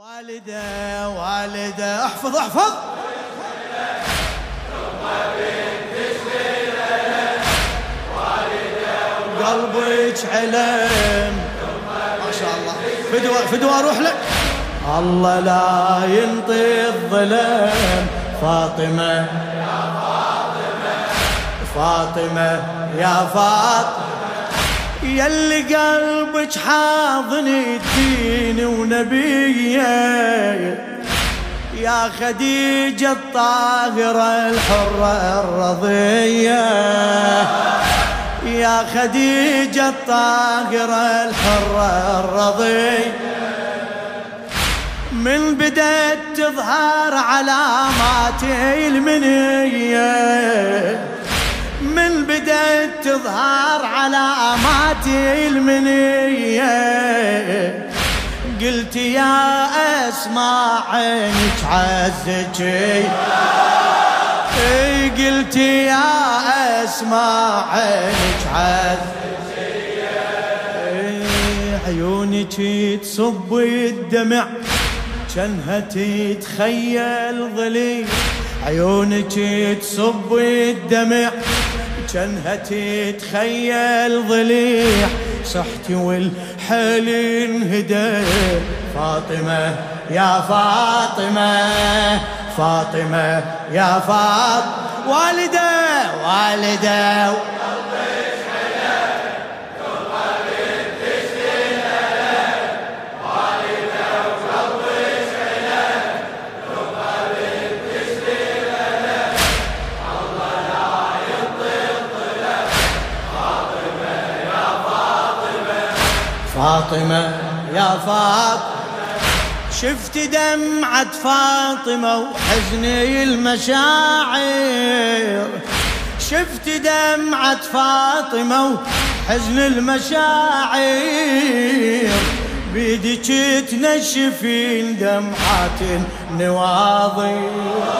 والدة والدة احفظ احفظ قلبك علم ما شاء الله. فدوى اروح لك. الله لا ينطي الظلم فاطمة يا فاطمة فاطمة يا فاطمة يلي قلبك حاضن الدين ونبيه يا خديجة الطاهرة الحرة الرضية يا خديجة الطاهرة الحرة الرضية من بدأت تظهر علامات المنية من بدأت تظهر علامات المنية قلت يا أسماء عينك عزتي قلت يا أسماء عينك عزتي عيونك تصب الدمع كانها تتخيل ضليل عيونك تصب الدمع كانها تتخيل ضليع صحتي والحال انهدى فاطمة يا فاطمة فاطمة يا فاطمة والدة والدة فاطمة يا فاطمة شفت دمعة فاطمة وحزني المشاعر شفت دمعة فاطمة وحزن المشاعر بيدك تنشفين دمعات النواظر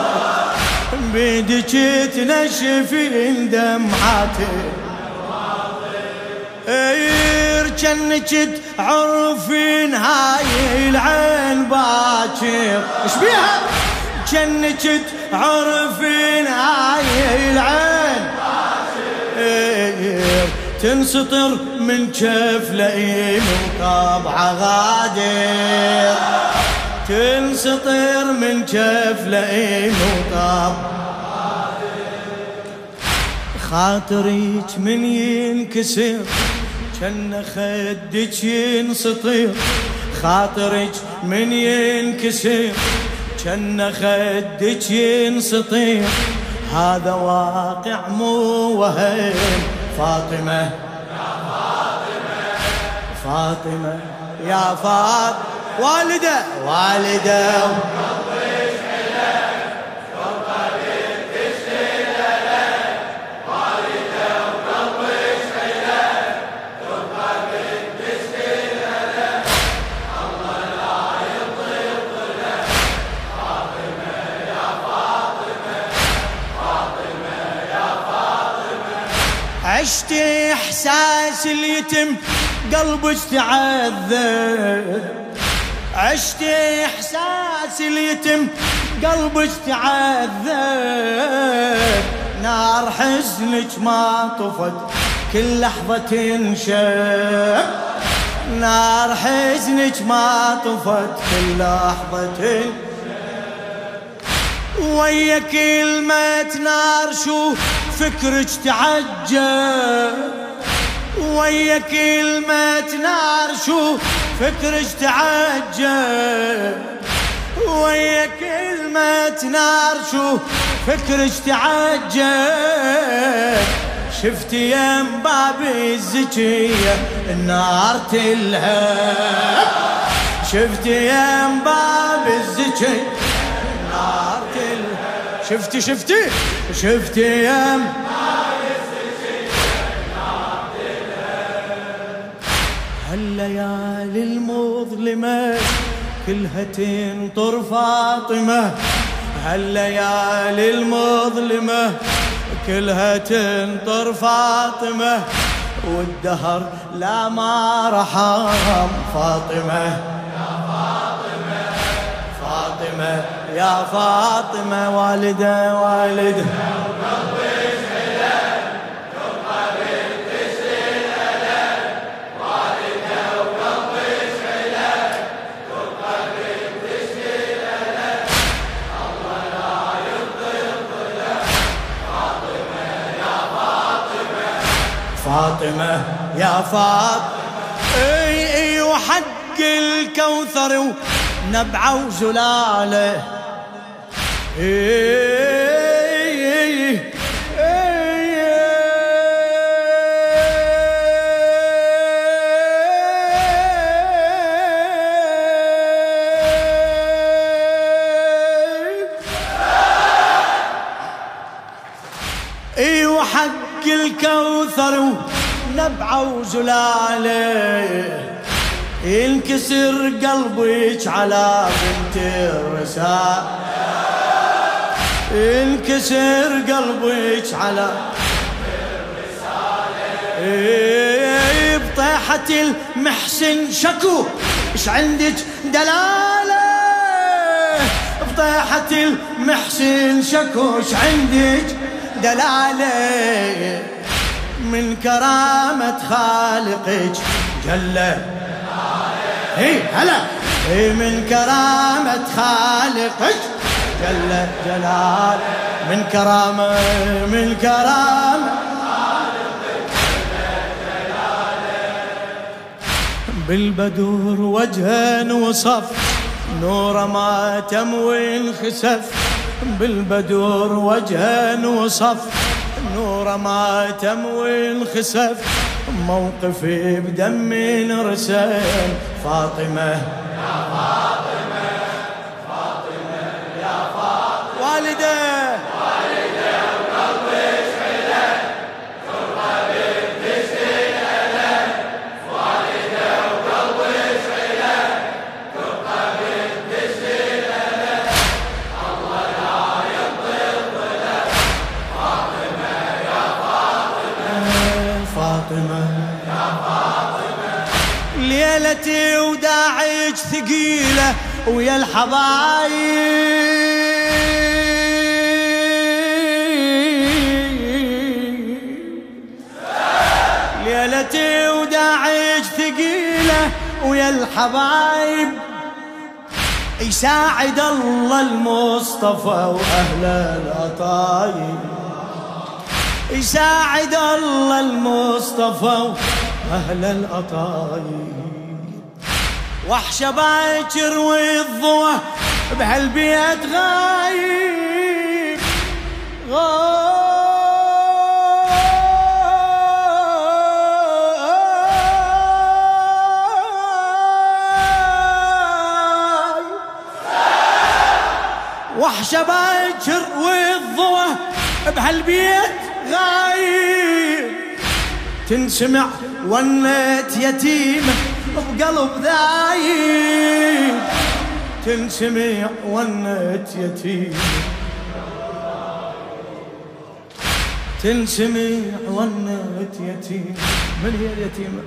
بيدك تنشفين دمعات جنك تعرفين هاي العين باكر ايش بيها جنك تعرفين هاي العين باكر تنسطر من جف لئيم وطبعه غادر تنسطر من جف لئيم وطبعه خاطرك من ينكسر كان خدك ينسطر خاطرك من ينكسر كان خدك ينسطر هذا واقع مو وهم فاطمة يا فاطمة فاطمة يا فاطمة والدة والدة عشت إحساس اليتم قلبك تعذب عشت إحساس اليتم قلبك تعذب نار حزنك ما طفت كل لحظة تنشب نار حزنك ما طفت كل لحظة تنشب ويا كلمة نار شو فكرك تعجب ويا كلمة نار شو فكرك تعجب ويا كلمة نار شو فكرك تعجب شفت يم باب الزكية النار تلهب شفت يم باب الزكية النار تلهب شفتي يم هالليالي المظلمة كلها تنطر فاطمة هالليالي المظلمة كلها تنطر فاطمة والدهر لا ما رحم فاطمة يا فاطمة فاطمة يا فاطمة والدة والدة فاطمة يا فاطمة اي وحق الكوثر ونبعه وزلاله وحق الكوثر ونبعه وزلاله ينكسر قلبك على بنت الرسالة ينكسر قلبك على بنت الرسالة بطيحة المحسن شكو ايش عندك دلالة بطيحة المحسن شكو ايش عندك دلالة من كرامة خالقك جل هي هلا هي من كرامة خالقك جل جلال من كرامة خالقك جل جلاله بالبدور وجها وصف نور ما تم وانخسف بالبدور وجها وصف نور ما تم وانخسف موقفي بدم رسل فاطمة يا فاطمة فاطمة يا فاطمة والدة وقلبي شعلة ترقى بتشتي ألم والدة وقلبي شعلة ترقى بتشتي ألم الله لا يمضي الظلم فاطمة يا فاطمة ليلتي وداعج ثقيلة ويا الحبايب ليلتي وداعج ثقيلة ويا الحبايب يساعد الله المصطفى وأهل الأطايب يساعد الله المصطفى أهل الأطايب وحشة باكر والضوى بهالبيت غايب وحشة باكر والضوى بهالبيت غايب تنسمع ونت يتيمة بقلب ذايب تنسمع ونت يتيمة تنسمع ونت يتيمة من هي اليتيمة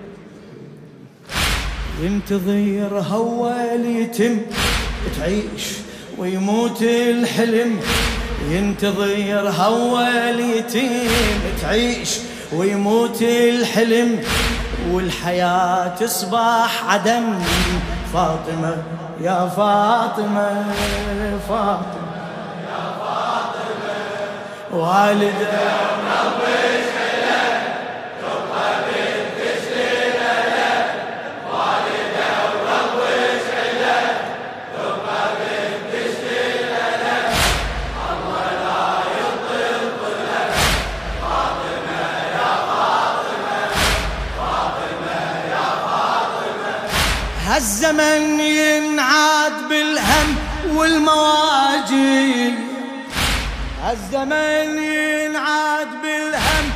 ينتظر هوال يتم تعيش ويموت الحلم ينتظر هوال يتيم تعيش ويموت الحلم والحياة تصبح عدم فاطمة يا فاطمة فاطمة يا فاطمة والدة وقلبي شعلة تبقى بنت شليلة والدة وقلبي شعلة تبقى بنت شليلة الله لا يطل الظلم فاطمة يا فاطمة فاطمة يا فاطمة هالزمن ينعاد بالهم والمواجع هالزمن ينعاد بالهم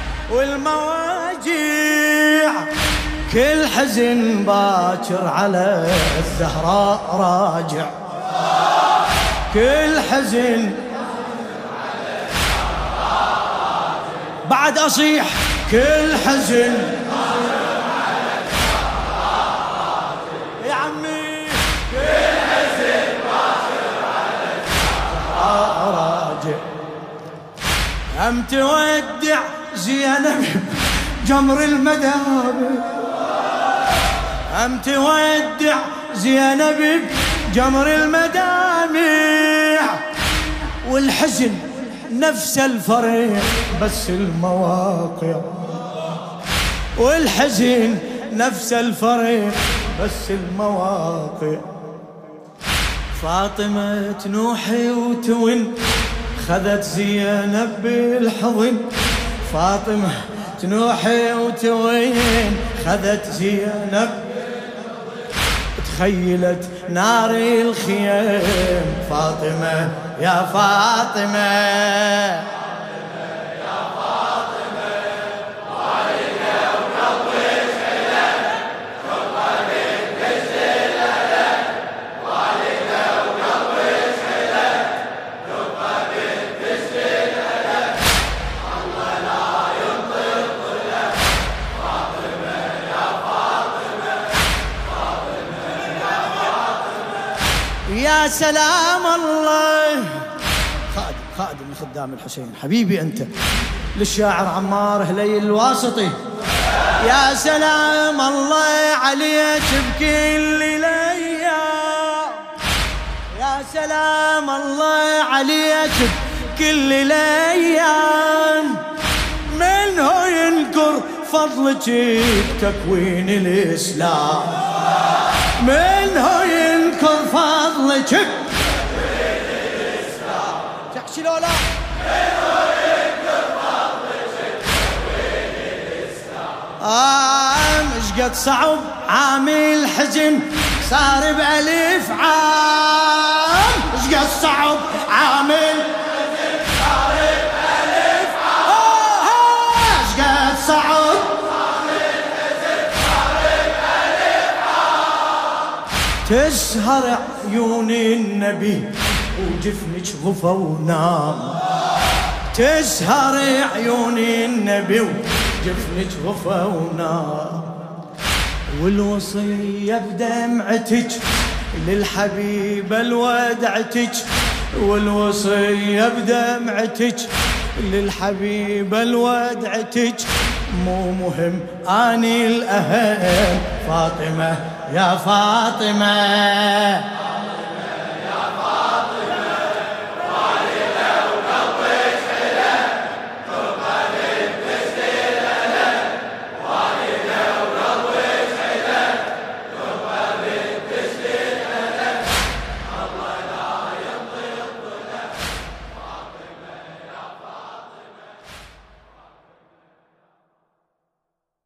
والمواجع كل حزن باكر على الزهراء راجع كل حزن بعد أصيح كل حزن يا عمي كل حزن باكر أم تودع زينب جمر المدامع، أم تودع زينب جمر المدامع، والحزن نفس الفرح بس المواقع، والحزن نفس الفرح بس المواقع. فاطمة تنوحي وتون خذت زينب بالحضن، فاطمة تنوحي وتون خذت زينب، تخيلت نار الخيام فاطمة يا فاطمة، يا سلام الله. خادم من خدام الحسين حبيبي أنت، للشاعر عمار هليل الواسطي. يا سلام الله عليك بكل الأيام، يا سلام الله عليك بكل الأيام، من هو ينكر فضلك بتكوين الإسلام، من هو ينكر فضلك بتكوين الإسلام، تحكي لولا من هو ينكر فضلك بتكوين الإسلام. مش قد صعب عامل حزن صار بألف عام، مش قد صعب عامل حزن صار بألف عام، مش قد صعب تسهر عيون النبي وجفنك غفى ونام، تسهر عيون النبي وجفنك غفى ونام، والوصية بدمعتك للحبيبة الودعتك، والوصية بدمعتك للحبيبة الودعتك، مو مهم أني الأهم فاطمة يا فاطمة.